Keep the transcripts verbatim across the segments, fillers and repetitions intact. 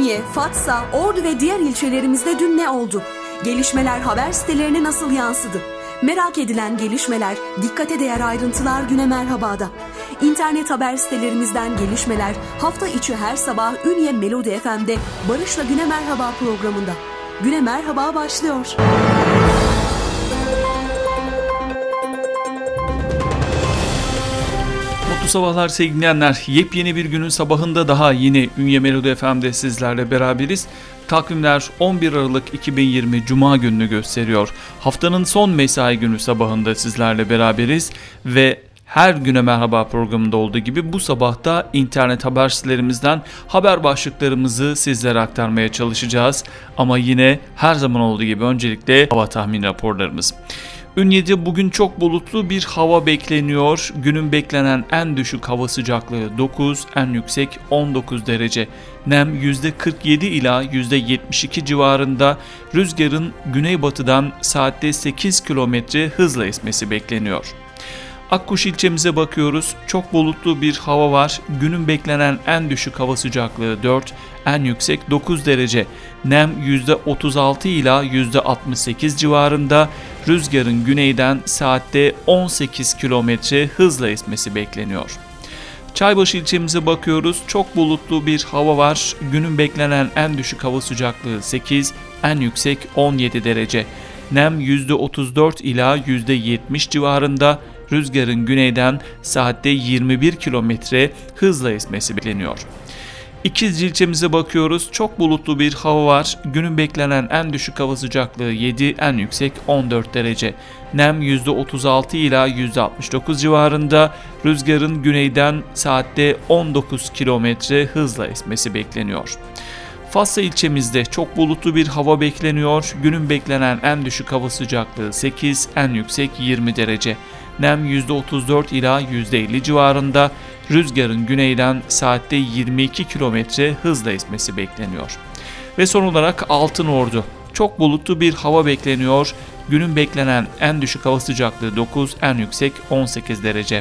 Ünye, Fatsa, Ordu ve diğer ilçelerimizde dün ne oldu? Gelişmeler haber sitelerine nasıl yansıdı? Merak edilen gelişmeler, dikkate değer ayrıntılar Güne Merhaba'da. İnternet haber sitelerimizden gelişmeler hafta içi her sabah Ünye Melodi F M'de Barış'la Güne Merhaba programında. Güne Merhaba başlıyor. Mutlu sabahlar sevgili dinleyenler. Yepyeni bir günün sabahında daha yine Ünye Melodi F M'de sizlerle beraberiz. Takvimler on bir Aralık iki bin yirmi Cuma gününü gösteriyor. Haftanın son mesai günü sabahında sizlerle beraberiz ve her Güne Merhaba programında olduğu gibi bu sabahta internet haber sitelerimizden haber başlıklarımızı sizlere aktarmaya çalışacağız. Ama yine her zaman olduğu gibi öncelikle hava tahmin raporlarımız. Ünye'de bugün çok bulutlu bir hava bekleniyor. Günün beklenen en düşük hava sıcaklığı dokuz, en yüksek on dokuz derece. Nem yüzde kırk yedi ila yüzde yetmiş iki civarında. Rüzgarın güneybatıdan saatte sekiz kilometre hızla esmesi bekleniyor. Akkuş ilçemize bakıyoruz. Çok bulutlu bir hava var. Günün beklenen en düşük hava sıcaklığı dört, en yüksek dokuz derece. Nem yüzde otuz altı ila yüzde altmış sekiz civarında. Rüzgarın güneyden saatte on sekiz kilometre hızla esmesi bekleniyor. Çaybaşı ilçemize bakıyoruz. Çok bulutlu bir hava var. Günün beklenen en düşük hava sıcaklığı sekiz, en yüksek on yedi derece. Nem yüzde otuz dört ila yüzde yetmiş civarında. Rüzgarın güneyden saatte yirmi bir kilometre hızla esmesi bekleniyor. İkizce ilçemize bakıyoruz. Çok bulutlu bir hava var. Günün beklenen en düşük hava sıcaklığı yedi, en yüksek on dört derece. Nem yüzde otuz altı ila yüzde altmış dokuz civarında. Rüzgarın güneyden saatte on dokuz kilometre hızla esmesi bekleniyor. Fatsa ilçemizde çok bulutlu bir hava bekleniyor. Günün beklenen en düşük hava sıcaklığı sekiz, en yüksek yirmi derece. Nem yüzde otuz dört ila yüzde elli civarında. Rüzgarın güneyden saatte yirmi iki kilometre hızla esmesi bekleniyor. Ve son olarak Altınordu. Çok bulutlu bir hava bekleniyor. Günün beklenen en düşük hava sıcaklığı dokuz, en yüksek on sekiz derece.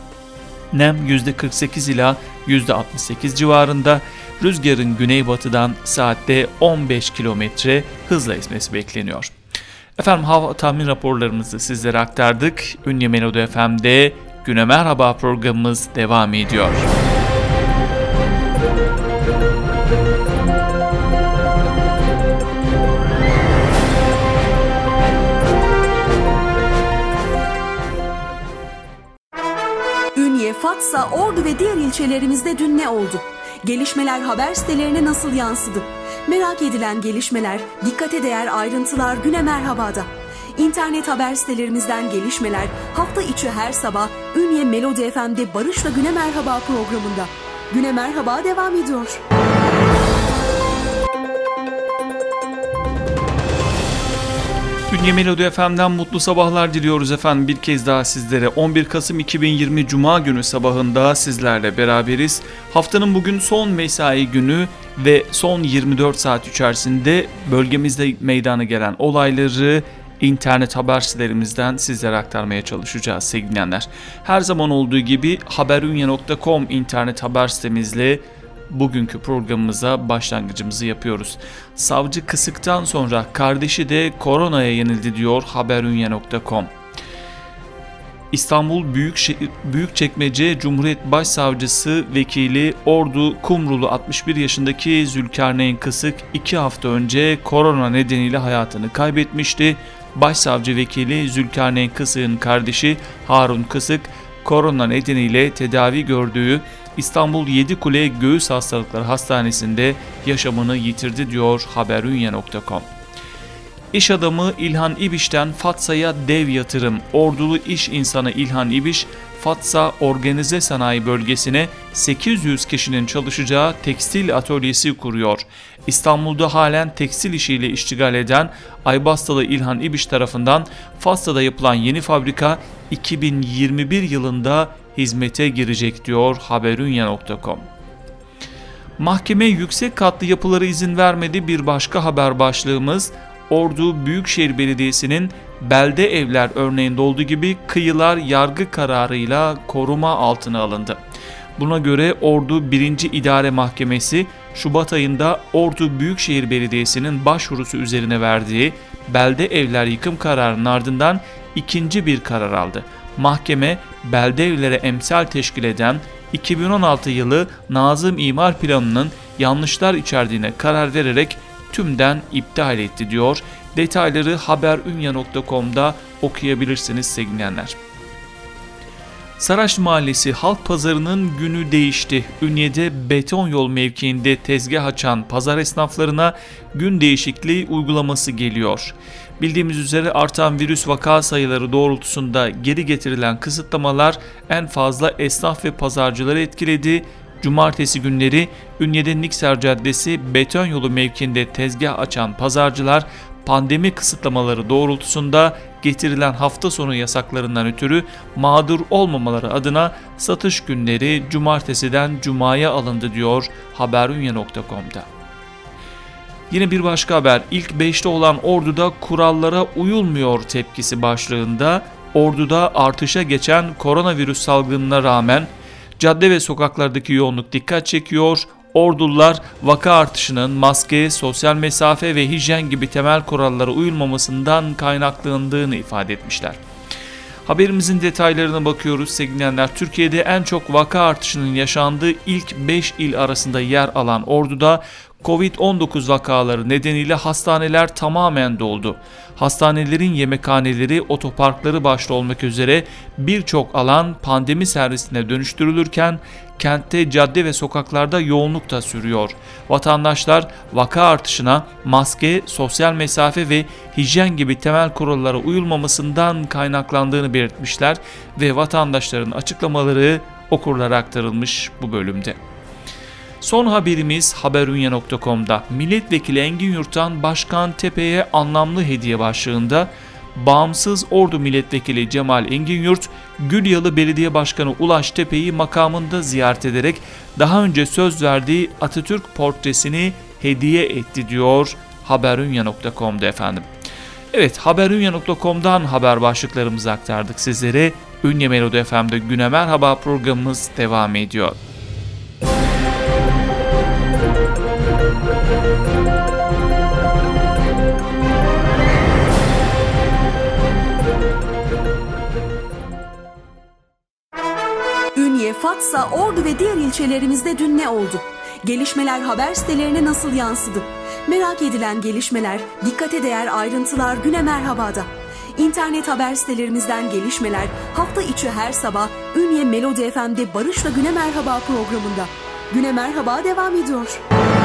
Nem yüzde kırk sekiz ila yüzde altmış sekiz civarında. Rüzgarın güneybatıdan saatte on beş kilometre hızla esmesi bekleniyor. Efendim hava tahmin raporlarımızı sizlere aktardık. Ünye Melodi F M'de Güne Merhaba programımız devam ediyor. Ünye, Fatsa, Ordu ve diğer ilçelerimizde dün ne oldu? Gelişmeler haber sitelerine nasıl yansıdı? Merak edilen gelişmeler, dikkate değer ayrıntılar Güne Merhaba'da. İnternet haber sitelerimizden gelişmeler hafta içi her sabah Ünye Melodi F M'de Barış'la Güne Merhaba programında. Güne Merhaba devam ediyor. Ünye Melodi F M'den mutlu sabahlar diliyoruz efendim. Bir kez daha sizlere on bir Kasım iki bin yirmi Cuma günü sabahında sizlerle beraberiz. Haftanın bugün son mesai günü ve son yirmi dört saat içerisinde bölgemizde meydana gelen olayları internet haber sitelerimizden sizlere aktarmaya çalışacağız sevgili dinleyenler. Her zaman olduğu gibi haberünye nokta com internet haber sitemizle bugünkü programımıza başlangıcımızı yapıyoruz. Savcı Kısık'tan sonra kardeşi de koronaya yenildi diyor haberünye nokta com. İstanbul Büyükşehir, Büyükçekmece Cumhuriyet Başsavcısı Vekili Ordu Kumrulu altmış bir yaşındaki Zülkarneyn Kısık iki hafta önce korona nedeniyle hayatını kaybetmişti. Başsavcı Vekili Zülkarneyn Kısık'ın kardeşi Harun Kısık korona nedeniyle tedavi gördüğü İstanbul Yedikule Göğüs Hastalıkları Hastanesi'nde yaşamını yitirdi diyor haberünye nokta com. İş adamı İlhan İbiş'ten Fatsa'ya dev yatırım. Ordulu iş insanı İlhan İbiş, Fatsa Organize Sanayi Bölgesi'ne sekiz yüz kişinin çalışacağı tekstil atölyesi kuruyor. İstanbul'da halen tekstil işiyle iştigal eden Aybastalı İlhan İbiş tarafından Fatsa'da yapılan yeni fabrika iki bin yirmi bir yılında hizmete girecek diyor haberünye nokta com. Mahkeme yüksek katlı yapılara izin vermedi bir başka haber başlığımız. Ordu Büyükşehir Belediyesi'nin belde evler örneğinde olduğu gibi kıyılar yargı kararıyla koruma altına alındı. Buna göre Ordu birinci İdare Mahkemesi Şubat ayında Ordu Büyükşehir Belediyesi'nin başvurusu üzerine verdiği belde evler yıkım kararının ardından ikinci bir karar aldı. Mahkeme belde evlere emsal teşkil eden iki bin on altı yılı Nazım İmar Planı'nın yanlışlar içerdiğine karar vererek tümden iptal etti diyor. Detayları haberunya nokta com'da okuyabilirsiniz sevgili dinleyenler. Saraçlı Mahallesi Halk Pazarı'nın günü değişti. Ünye'de beton yol mevkiinde tezgah açan pazar esnaflarına gün değişikliği uygulaması geliyor. Bildiğimiz üzere artan virüs vaka sayıları doğrultusunda geri getirilen kısıtlamalar en fazla esnaf ve pazarcıları etkiledi. Cumartesi günleri Ünye'de Nikser Caddesi beton yolu mevkiinde tezgah açan pazarcılar pandemi kısıtlamaları doğrultusunda getirilen hafta sonu yasaklarından ötürü mağdur olmamaları adına satış günleri cumartesiden cumaya alındı diyor haberunya nokta com'da. Yine bir başka haber, ilk beşte olan Ordu'da kurallara uyulmuyor tepkisi başlığında Ordu'da artışa geçen koronavirüs salgınına rağmen cadde ve sokaklardaki yoğunluk dikkat çekiyor. Orduliler vaka artışının maske, sosyal mesafe ve hijyen gibi temel kurallara uyulmamasından kaynaklandığını ifade etmişler. Haberimizin detaylarına bakıyoruz sevgili dinleyenler. Türkiye'de en çok vaka artışının yaşandığı ilk beş il arasında yer alan Ordu'da kovid on dokuz vakaları nedeniyle hastaneler tamamen doldu. Hastanelerin yemekhaneleri, otoparkları başta olmak üzere birçok alan pandemi servisine dönüştürülürken kentte cadde ve sokaklarda yoğunluk da sürüyor. Vatandaşlar vaka artışına maske, sosyal mesafe ve hijyen gibi temel kurallara uyulmamasından kaynaklandığını belirtmişler ve vatandaşların açıklamaları okurlara aktarılmış bu bölümde. Son haberimiz haberunya nokta com'da. Milletvekili Engin Yurt'tan Başkan Tepe'ye anlamlı hediye başlığında Bağımsız Ordu Milletvekili Cemal Engin Yurt, Gülyalı Belediye Başkanı Ulaş Tepe'yi makamında ziyaret ederek daha önce söz verdiği Atatürk portresini hediye etti diyor haberunya nokta com'da efendim. Evet, haberunya nokta com'dan haber başlıklarımızı aktardık sizlere. Ünye Melodi F M'de Güne Merhaba programımız devam ediyor. Ünye, Fatsa, Ordu ve diğer ilçelerimizde dün ne oldu? Gelişmeler haber sitelerine nasıl yansıdı? Merak edilen gelişmeler, dikkate değer ayrıntılar Güne Merhaba'da. İnternet haber sitelerimizden gelişmeler hafta içi her sabah Ünye Melodi F M'de Barış'la Güne Merhaba programında. Güne Merhaba devam ediyor.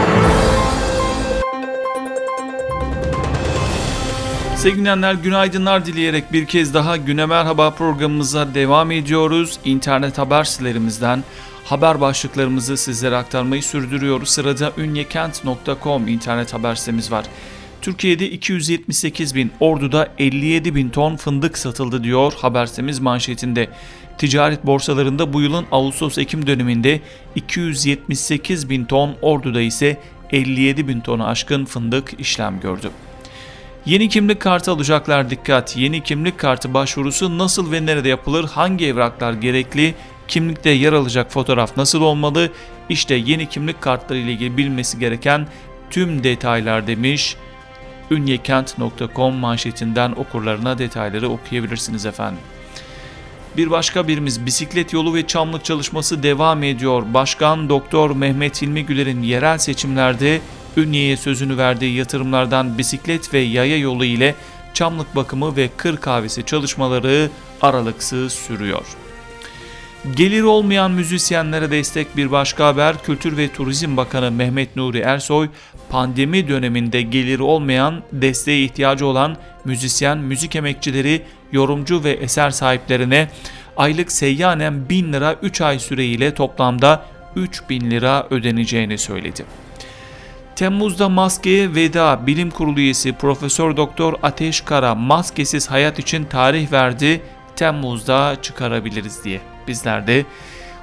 Sevgili dinleyenler, günaydınlar dileyerek bir kez daha Güne Merhaba programımıza devam ediyoruz. İnternet haber sitelerimizden haber başlıklarımızı sizlere aktarmayı sürdürüyoruz. Sırada ünyekent nokta com internet haber sitemiz var. Türkiye'de iki yüz yetmiş sekiz bin, Ordu'da elli yedi bin ton fındık satıldı diyor haber sitemiz manşetinde. Ticaret borsalarında bu yılın Ağustos-Ekim döneminde iki yüz yetmiş sekiz bin ton, Ordu'da ise elli yedi bin tonu aşkın fındık işlem gördü. Yeni kimlik kartı alacaklar dikkat. Yeni kimlik kartı başvurusu nasıl ve nerede yapılır? Hangi evraklar gerekli? Kimlikte yer alacak fotoğraf nasıl olmalı? İşte yeni kimlik kartları ile ilgili bilmesi gereken tüm detaylar demiş. ünyekent nokta com manşetinden okurlarına detayları okuyabilirsiniz efendim. Bir başka birimiz, bisiklet yolu ve çamlık çalışması devam ediyor. Başkan Doktor Mehmet Hilmi Güler'in yerel seçimlerde Ünye'ye sözünü verdiği yatırımlardan bisiklet ve yaya yolu ile çamlık bakımı ve kır kahvesi çalışmaları aralıksız sürüyor. Gelir olmayan müzisyenlere destek bir başka haber. Kültür ve Turizm Bakanı Mehmet Nuri Ersoy, pandemi döneminde geliri olmayan, desteğe ihtiyacı olan müzisyen, müzik emekçileri, yorumcu ve eser sahiplerine aylık seyyanen bin lira üç ay süreyle toplamda üç bin lira ödeneceğini söyledi. Temmuz'da maskeye veda. Bilim Kurulu üyesi Profesör Doktor Ateş Kara maskesiz hayat için tarih verdi. Temmuz'da çıkarabiliriz diye. Bizler de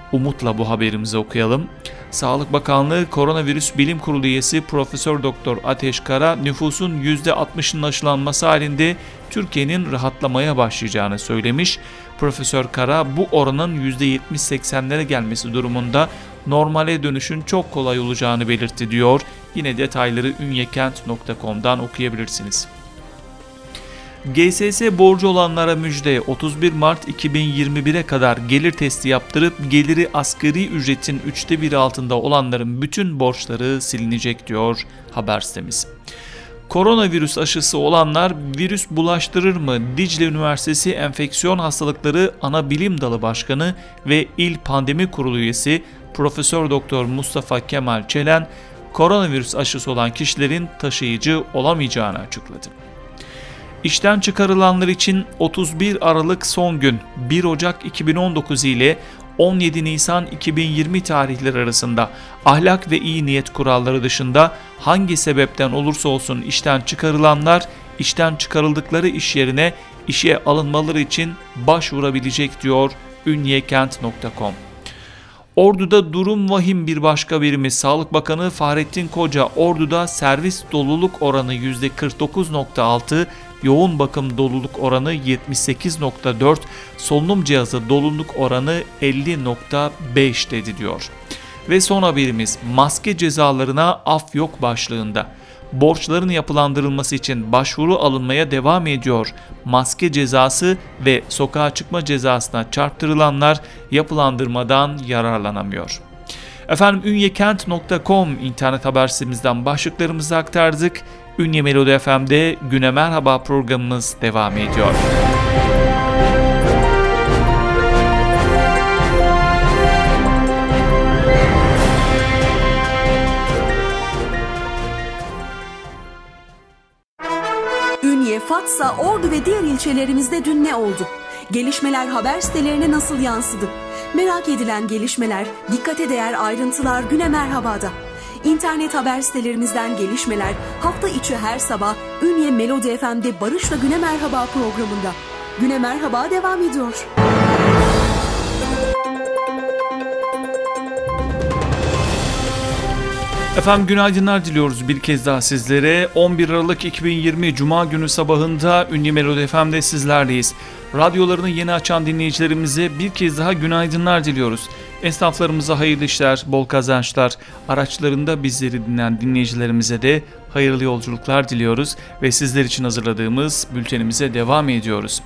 umutla bu haberimizi okuyalım. Sağlık Bakanlığı Koronavirüs Bilim Kurulu üyesi Profesör Doktor Ateş Kara, nüfusun yüzde altmışının aşılanması halinde Türkiye'nin rahatlamaya başlayacağını söylemiş. Profesör Kara, bu oranın yüzde yetmiş seksenlere gelmesi durumunda normale dönüşün çok kolay olacağını belirtti diyor. Yine detayları ünyekent nokta com'dan okuyabilirsiniz. G S S borcu olanlara müjde. otuz bir Mart iki bin yirmi bire kadar gelir testi yaptırıp geliri asgari ücretin üçte biri altında olanların bütün borçları silinecek diyor haber sitemiz. Koronavirüs aşısı olanlar virüs bulaştırır mı? Dicle Üniversitesi Enfeksiyon Hastalıkları Anabilim Dalı Başkanı ve İl Pandemi Kurulu üyesi Profesör Doktor Mustafa Kemal Çelen, koronavirüs aşısı olan kişilerin taşıyıcı olamayacağını açıkladı. İşten çıkarılanlar için otuz bir Aralık son gün bir Ocak iki bin on dokuz ile on yedi Nisan iki bin yirmi tarihleri arasında ahlak ve iyi niyet kuralları dışında hangi sebepten olursa olsun işten çıkarılanlar, işten çıkarıldıkları iş yerine işe alınmaları için başvurabilecek diyor ünyekent nokta com. Ordu'da durum vahim. Bir başka haberimiz, Sağlık Bakanı Fahrettin Koca, Ordu'da servis doluluk oranı yüzde kırk dokuz nokta altı, yoğun bakım doluluk oranı yetmiş sekiz nokta dört, solunum cihazı doluluk oranı elli nokta beş dedi diyor. Ve son haberimiz, maske cezalarına af yok başlığında. Borçların yapılandırılması için başvuru alınmaya devam ediyor. Maske cezası ve sokağa çıkma cezasına çarptırılanlar yapılandırmadan yararlanamıyor. Efendim ünyekent nokta com internet haber sitemizden başlıklarımızı aktardık. Ünye Melodi F M'de Güne Merhaba programımız devam ediyor. Ünye, Fatsa, Ordu ve diğer ilçelerimizde dün ne oldu? Gelişmeler haber sitelerine nasıl yansıdı? Merak edilen gelişmeler, dikkate değer ayrıntılar Güne Merhaba'da. İnternet haber sitelerimizden gelişmeler hafta içi her sabah Ünye Melodi F M'de Barış'la Güne Merhaba programında. Güne Merhaba devam ediyor. Efendim günaydınlar diliyoruz bir kez daha sizlere. on bir Aralık iki bin yirmi Cuma günü sabahında Ünye Melodi F M'de sizlerleyiz. Radyolarını yeni açan dinleyicilerimize bir kez daha günaydınlar diliyoruz. Esnaflarımıza hayırlı işler, bol kazançlar, araçlarında bizleri dinleyen dinleyicilerimize de hayırlı yolculuklar diliyoruz ve sizler için hazırladığımız bültenimize devam ediyoruz.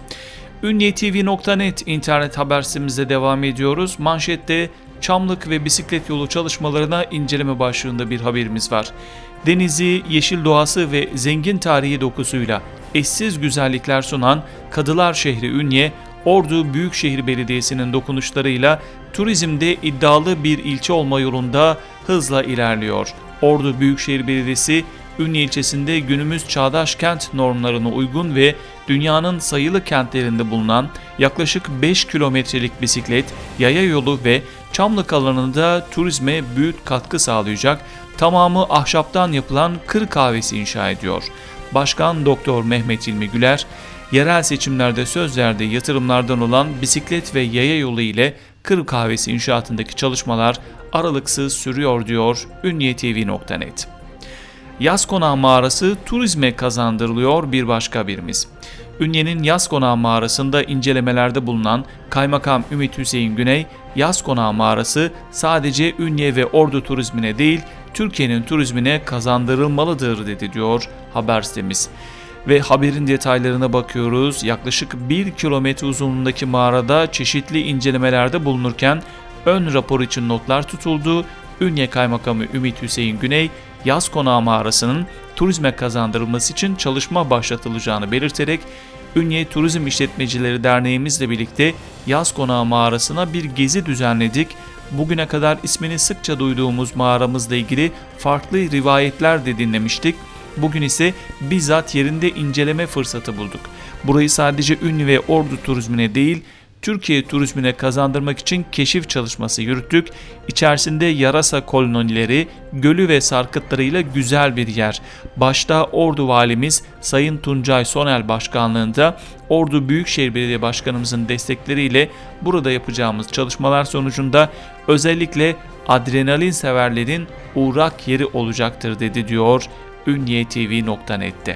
ünyetv nokta net internet haber sitemize devam ediyoruz. Manşette Çamlık ve bisiklet yolu çalışmalarına inceleme başlığında bir haberimiz var. Denizi, yeşil doğası ve zengin tarihi dokusuyla eşsiz güzellikler sunan Kadılar şehri Ünye, Ordu Büyükşehir Belediyesi'nin dokunuşlarıyla turizmde iddialı bir ilçe olma yolunda hızla ilerliyor. Ordu Büyükşehir Belediyesi, Ünye ilçesinde günümüz çağdaş kent normlarına uygun ve dünyanın sayılı kentlerinde bulunan yaklaşık beş kilometrelik bisiklet, yaya yolu ve Çamlık alanında turizme büyük katkı sağlayacak, tamamı ahşaptan yapılan kır kahvesi inşa ediyor. Başkan Doktor Mehmet İlmi Güler, yerel seçimlerde söz verdiği yatırımlardan olan bisiklet ve yaya yolu ile kır kahvesi inşaatındaki çalışmalar aralıksız sürüyor diyor ünyetv nokta net. Yaz Konağı Mağarası turizme kazandırılıyor bir başka haberimiz. Ünye'nin Yaz Konağı Mağarası'nda incelemelerde bulunan Kaymakam Ümit Hüseyin Güney, Yaz Konağı Mağarası sadece Ünye ve Ordu turizmine değil, Türkiye'nin turizmine kazandırılmalıdır dedi diyor haber sitemiz. Ve haberin detaylarına bakıyoruz. Yaklaşık bir kilometre uzunluğundaki mağarada çeşitli incelemelerde bulunurken ön rapor için notlar tutuldu. Ünye Kaymakamı Ümit Hüseyin Güney, Yaz Konağı Mağarası'nın turizme kazandırılması için çalışma başlatılacağını belirterek Ünye Turizm İşletmecileri Derneğimizle birlikte Yaz Konağı Mağarası'na bir gezi düzenledik. Bugüne kadar ismini sıkça duyduğumuz mağaramızla ilgili farklı rivayetler de dinlemiştik. Bugün ise bizzat yerinde inceleme fırsatı bulduk. Burayı sadece Ünye ve Ordu turizmine değil, Türkiye turizmine kazandırmak için keşif çalışması yürüttük. İçerisinde yarasa kolonileri, gölü ve sarkıtlarıyla güzel bir yer. Başta Ordu Valimiz Sayın Tuncay Sonel Başkanlığında Ordu Büyükşehir Belediye Başkanımızın destekleriyle burada yapacağımız çalışmalar sonucunda özellikle adrenalin severlerin uğrak yeri olacaktır dedi diyor ünye t v nokta net'te.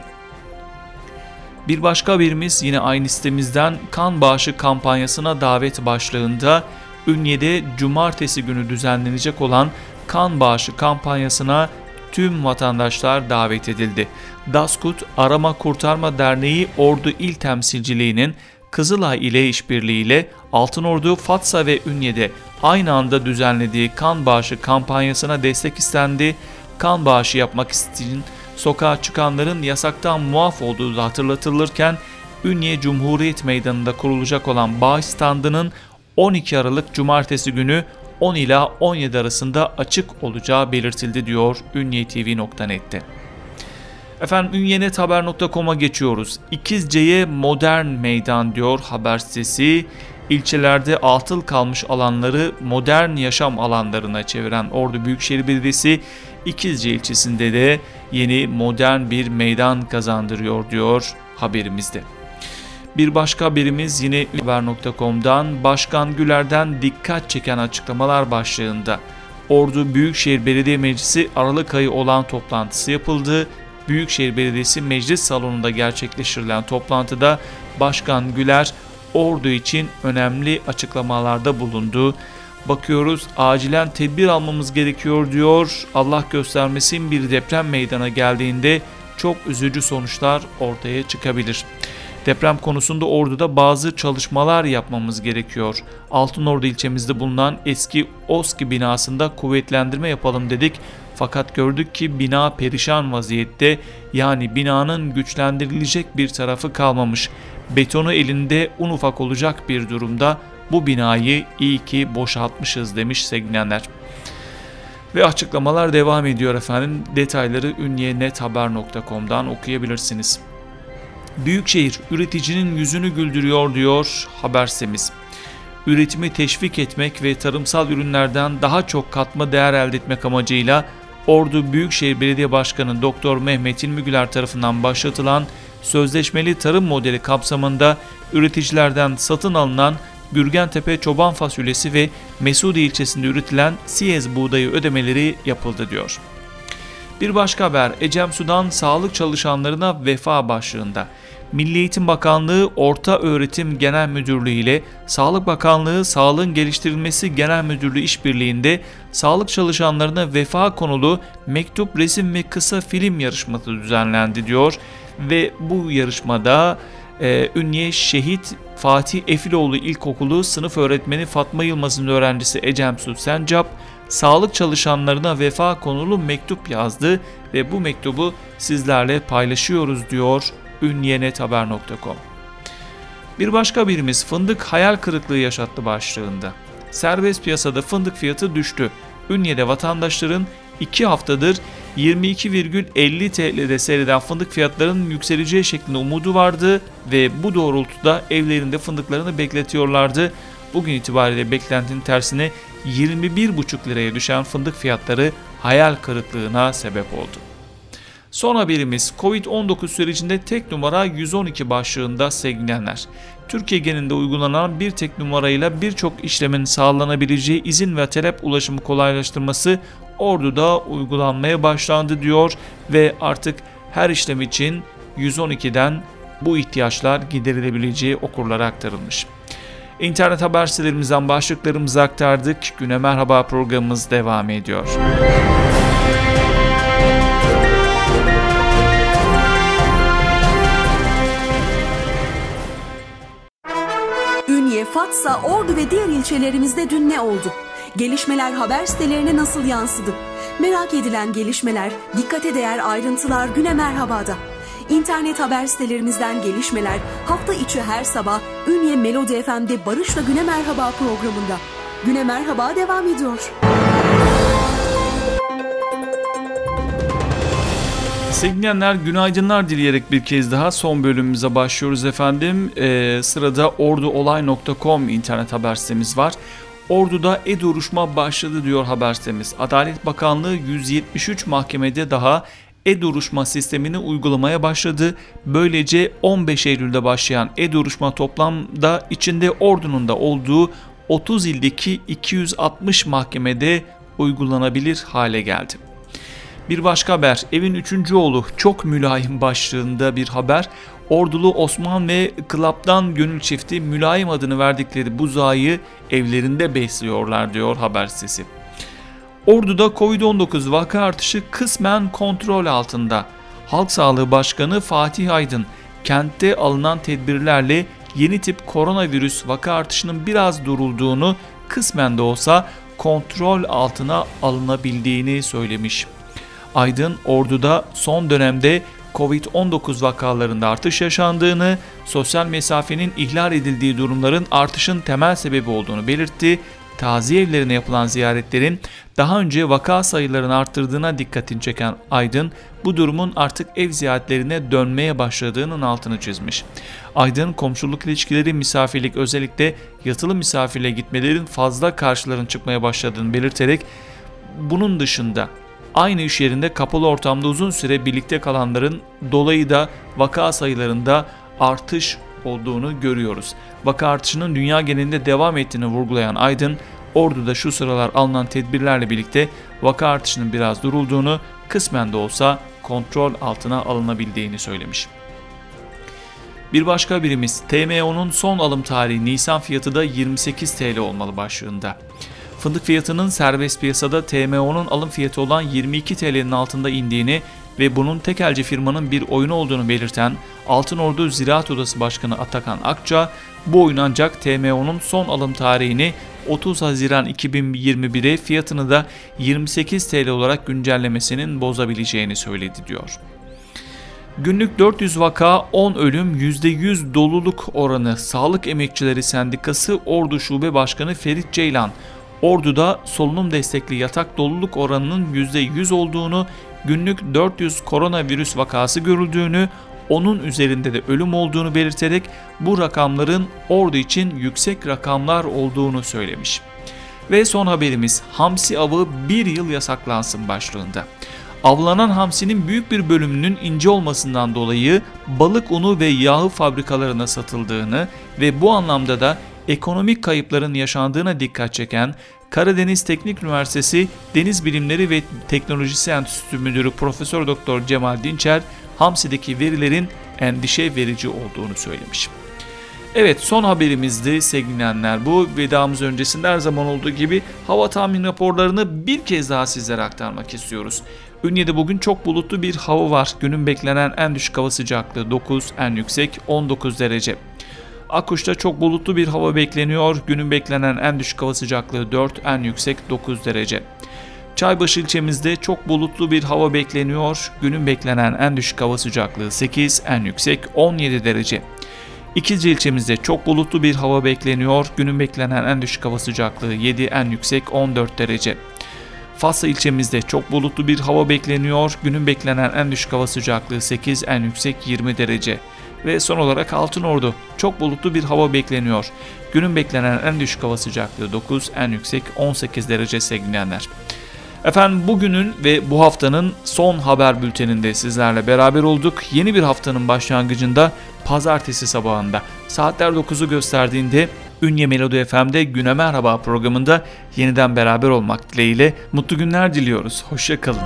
Bir başka haberimiz yine aynı sitemizden kan bağışı kampanyasına davet başlığında Ünye'de cumartesi günü düzenlenecek olan kan bağışı kampanyasına tüm vatandaşlar davet edildi. DASKUT Arama Kurtarma Derneği Ordu İl Temsilciliği'nin Kızılay ile işbirliğiyle Altınordu, Fatsa ve Ünye'de aynı anda düzenlediği kan bağışı kampanyasına destek istendi. Kan bağışı yapmak isteyen sokağa çıkanların yasaktan muaf olduğu da hatırlatılırken Ünye Cumhuriyet Meydanı'nda kurulacak olan bağış standının on iki Aralık Cumartesi günü on ila on yedi arasında açık olacağı belirtildi diyor ünye t v nokta net'te. Efendim ünyenet haber nokta com'a geçiyoruz. İkizce'ye modern meydan diyor haber sitesi. İlçelerde atıl kalmış alanları modern yaşam alanlarına çeviren Ordu Büyükşehir Belediyesi İkizce ilçesinde de yeni modern bir meydan kazandırıyor diyor haberimizde. Bir başka haberimiz yine haber nokta com'dan Başkan Güler'den dikkat çeken açıklamalar başlığında. Ordu Büyükşehir Belediye Meclisi Aralık ayı olan toplantısı yapıldı. Büyükşehir Belediyesi Meclis Salonu'nda gerçekleştirilen toplantıda Başkan Güler Ordu için önemli açıklamalarda bulundu. Bakıyoruz acilen tedbir almamız gerekiyor diyor. Allah göstermesin bir deprem meydana geldiğinde çok üzücü sonuçlar ortaya çıkabilir. Deprem konusunda Ordu'da bazı çalışmalar yapmamız gerekiyor. Altınordu ilçemizde bulunan eski OSKİ binasında kuvvetlendirme yapalım dedik. Fakat gördük ki bina perişan vaziyette, yani binanın güçlendirilecek bir tarafı kalmamış. Betonu elinde un ufak olacak bir durumda. Bu binayı iyi ki boşaltmışız demiş sevgilenler. Ve açıklamalar devam ediyor efendim. Detayları ünye net haber nokta com'dan okuyabilirsiniz. Büyükşehir üreticinin yüzünü güldürüyor diyor haber sitemiz. Üretimi teşvik etmek ve tarımsal ürünlerden daha çok katma değer elde etmek amacıyla Ordu Büyükşehir Belediye Başkanı Doktor Mehmet İlmi Güler tarafından başlatılan sözleşmeli tarım modeli kapsamında üreticilerden satın alınan Gürgentepe çoban fasulyesi ve Mesudiye ilçesinde üretilen Siyez buğdayı ödemeleri yapıldı diyor. Bir başka haber Ecem Su'dan sağlık çalışanlarına vefa başlığında. Milli Eğitim Bakanlığı Orta Öğretim Genel Müdürlüğü ile Sağlık Bakanlığı Sağlığın Geliştirilmesi Genel Müdürlüğü işbirliğinde sağlık çalışanlarına vefa konulu mektup, resim ve kısa film yarışması düzenlendi diyor. Ve bu yarışmada e, Ünye Şehit Fatih Efiloğlu İlkokulu sınıf öğretmeni Fatma Yılmaz'ın öğrencisi Ecem Su Sencap sağlık çalışanlarına vefa konulu mektup yazdı ve bu mektubu sizlerle paylaşıyoruz diyor ünye net haber nokta com. Bir başka birimiz fındık hayal kırıklığı yaşattı başlığında. Serbest piyasada fındık fiyatı düştü. Ünye'de vatandaşların iki haftadır yirmi iki virgül elli T L'de seyreden fındık fiyatlarının yükseleceği şeklinde umudu vardı ve bu doğrultuda evlerinde fındıklarını bekletiyorlardı. Bugün itibariyle beklentinin tersine yirmi bir buçuk liraya düşen fındık fiyatları hayal kırıklığına sebep oldu. Son haberimiz kovid on dokuz sürecinde tek numara yüz on iki başlığında sevgilenler. Türkiye genelinde uygulanan bir tek numarayla birçok işlemin sağlanabileceği izin ve talep ulaşımı kolaylaştırması Ordu'da uygulanmaya başlandı diyor ve artık her işlem için yüz on ikiden bu ihtiyaçlar giderilebileceği okurlara aktarılmış. İnternet haber sitelerimizden başlıklarımızı aktardık. Güne Merhaba programımız devam ediyor. Ünye, Fatsa, Ordu ve diğer ilçelerimizde dün ne oldu? Gelişmeler haber sitelerine nasıl yansıdı? Merak edilen gelişmeler, dikkate değer ayrıntılar Güne Merhaba'da. İnternet haber sitelerimizden gelişmeler hafta içi her sabah Ünye Melodi F M'de Barış'la Güne Merhaba programında. Güne Merhaba devam ediyor. Sevgili dinleyenler, günaydınlar dileyerek bir kez daha son bölümümüze başlıyoruz efendim. Ee, sırada orduolay nokta com internet haber sitemiz var. Ordu'da e-duruşma başladı diyor haber sitemiz. Adalet Bakanlığı yüz yetmiş üç mahkemede daha e-duruşma sistemini uygulamaya başladı. Böylece on beş Eylül'de başlayan e-duruşma toplamda içinde Ordu'nun da olduğu otuz ildeki iki yüz altmış mahkemede uygulanabilir hale geldi. Bir başka haber, evin üçüncü oğlu çok mülayim başlığında bir haber. Ordulu Osman ve Klap'tan gönül çifti mülayim adını verdikleri buzağıyı evlerinde besliyorlar diyor haber sitesi. Ordu'da kovid on dokuz vaka artışı kısmen kontrol altında. Halk Sağlığı Başkanı Fatih Aydın, kentte alınan tedbirlerle yeni tip koronavirüs vaka artışının biraz durulduğunu, kısmen de olsa kontrol altına alınabildiğini söylemiş. Aydın, Ordu'da son dönemde kovid on dokuz vakalarında artış yaşandığını, sosyal mesafenin ihlal edildiği durumların artışın temel sebebi olduğunu belirtti. Taziye evlerine yapılan ziyaretlerin daha önce vaka sayılarını arttırdığına dikkatini çeken Aydın, bu durumun artık ev ziyaretlerine dönmeye başladığının altını çizmiş. Aydın, komşuluk ilişkileri, misafirlik, özellikle yatılı misafirliğe gitmelerin fazla karşıların çıkmaya başladığını belirterek, bunun dışında aynı iş yerinde kapalı ortamda uzun süre birlikte kalanların dolayı da vaka sayılarında artış olduğunu görüyoruz. Vaka artışının dünya genelinde devam ettiğini vurgulayan Aydın, Ordu'da şu sıralar alınan tedbirlerle birlikte vaka artışının biraz durulduğunu, kısmen de olsa kontrol altına alınabildiğini söylemiş. Bir başka birimiz, T M O'nun son alım tarihi Nisan fiyatı da yirmi sekiz TL olmalı başlığında. Fındık fiyatının serbest piyasada T M O'nun alım fiyatı olan yirmi iki TL'nin altında indiğini ve bunun tekelci firmanın bir oyunu olduğunu belirten Altınordu Ziraat Odası Başkanı Atakan Akça, bu oyun ancak T M O'nun son alım tarihini otuz Haziran iki bin yirmi bire, fiyatını da yirmi sekiz TL olarak güncellemesinin bozabileceğini söyledi diyor. Günlük dört yüz vaka, on ölüm, yüzde yüz doluluk oranı. Sağlık Emekçileri Sendikası Ordu Şube Başkanı Ferit Ceylan, Ordu'da solunum destekli yatak doluluk oranının yüzde yüz olduğunu, günlük dört yüz koronavirüs vakası görüldüğünü, onun üzerinde de ölüm olduğunu belirterek bu rakamların Ordu için yüksek rakamlar olduğunu söylemiş. Ve son haberimiz, hamsi avı bir yıl yasaklansın başlığında. Avlanan hamsinin büyük bir bölümünün ince olmasından dolayı balık unu ve yağı fabrikalarına satıldığını ve bu anlamda da ekonomik kayıpların yaşandığına dikkat çeken Karadeniz Teknik Üniversitesi Deniz Bilimleri ve Teknolojisi Enstitüsü Müdürü Profesör Doktor Cemal Dinçer, hamsideki verilerin endişe verici olduğunu söylemiş. Evet, son haberimizdi sevgili dinleyenler. Bu vedamız öncesinde her zaman olduğu gibi hava tahmin raporlarını bir kez daha sizlere aktarmak istiyoruz. Ünye'de bugün çok bulutlu bir hava var. Günün beklenen en düşük hava sıcaklığı dokuz, en yüksek on dokuz derece. Akkuş'ta çok bulutlu bir hava bekleniyor. Günün beklenen en düşük hava sıcaklığı dört, en yüksek dokuz derece. Çaybaşı ilçemizde çok bulutlu bir hava bekleniyor. Günün beklenen en düşük hava sıcaklığı sekiz, en yüksek on yedi derece. İkizce ilçemizde çok bulutlu bir hava bekleniyor. Günün beklenen en düşük hava sıcaklığı yedi, en yüksek on dört derece. Fatsa ilçemizde çok bulutlu bir hava bekleniyor. Günün beklenen en düşük hava sıcaklığı sekiz, en yüksek yirmi derece. Ve son olarak Altınordu, çok bulutlu bir hava bekleniyor. Günün beklenen en düşük hava sıcaklığı dokuz, en yüksek on sekiz derece sevgili dinleyenler. Efendim, bugünün ve bu haftanın son haber bülteninde sizlerle beraber olduk. Yeni bir haftanın başlangıcında pazartesi sabahında saatler dokuzu gösterdiğinde Ünye Melodi F M'de Güne Merhaba programında yeniden beraber olmak dileğiyle mutlu günler diliyoruz. Hoşça kalın.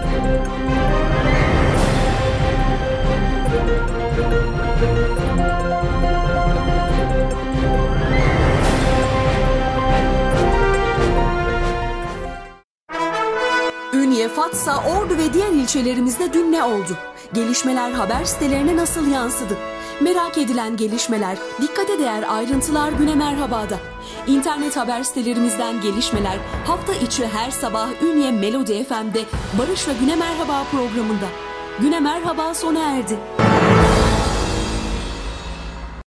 Ünye, Fatsa, Ordu ve diğer ilçelerimizde dün ne oldu? Gelişmeler haber sitelerine nasıl yansıdı? Merak edilen gelişmeler, dikkate değer ayrıntılar Güne Merhaba'da. İnternet haber sitelerimizden gelişmeler hafta içi her sabah Ünye Melodi F M'de Barış ve Güne Merhaba programında. Güne Merhaba sona erdi.